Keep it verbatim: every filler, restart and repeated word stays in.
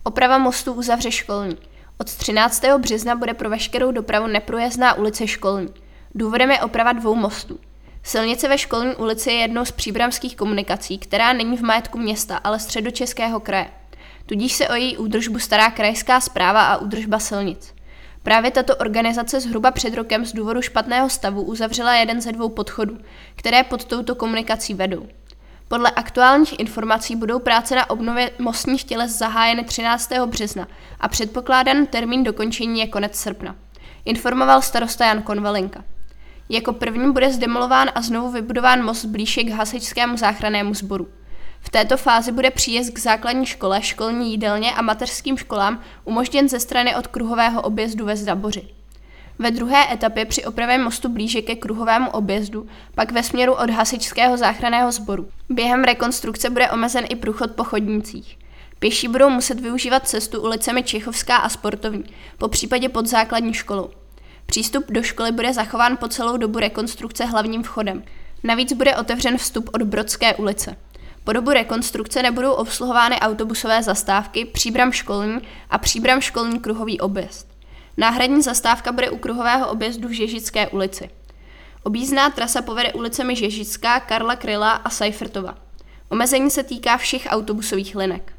Oprava mostu uzavře Školní. Od třináctého března bude pro veškerou dopravu neprůjezdná ulice Školní. Důvodem je oprava dvou mostů. Silnice ve Školní ulici je jednou z příbramských komunikací, která není v majetku města, ale Středočeského kraje. Tudíž se o její údržbu stará krajská správa a údržba silnic. Právě tato organizace zhruba před rokem z důvodu špatného stavu uzavřela jeden ze dvou podchodů, které pod touto komunikací vedou. Podle aktuálních informací budou práce na obnově mostních těles zahájeny třináctého března a předpokládaný termín dokončení je konec srpna, informoval starosta Jan Konvalinka. Jako první bude zdemolován a znovu vybudován most blíže k hasičskému záchrannému sboru. V této fázi bude příjezd k základní škole, školní jídelně a mateřským školám umožněn ze strany od kruhového objezdu ve Zdaboři. Ve druhé etapě při opravě mostu blíže ke kruhovému objezdu, pak ve směru od hasičského záchranného sboru. Během rekonstrukce bude omezen i průchod po chodnících. Pěší budou muset využívat cestu ulicemi Čechovská a Sportovní, po případě pod základní školou. Přístup do školy bude zachován po celou dobu rekonstrukce hlavním vchodem. Navíc bude otevřen vstup od Brodské ulice. Po dobu rekonstrukce nebudou obsluhovány autobusové zastávky, Příbram školní a Příbram školní kruhový objezd. Náhradní zastávka bude u kruhového objezdu v Žežické ulici. Objízdná trasa povede ulicemi Žežická, Karla Kryla a Seifertova. Omezení se týká všech autobusových linek.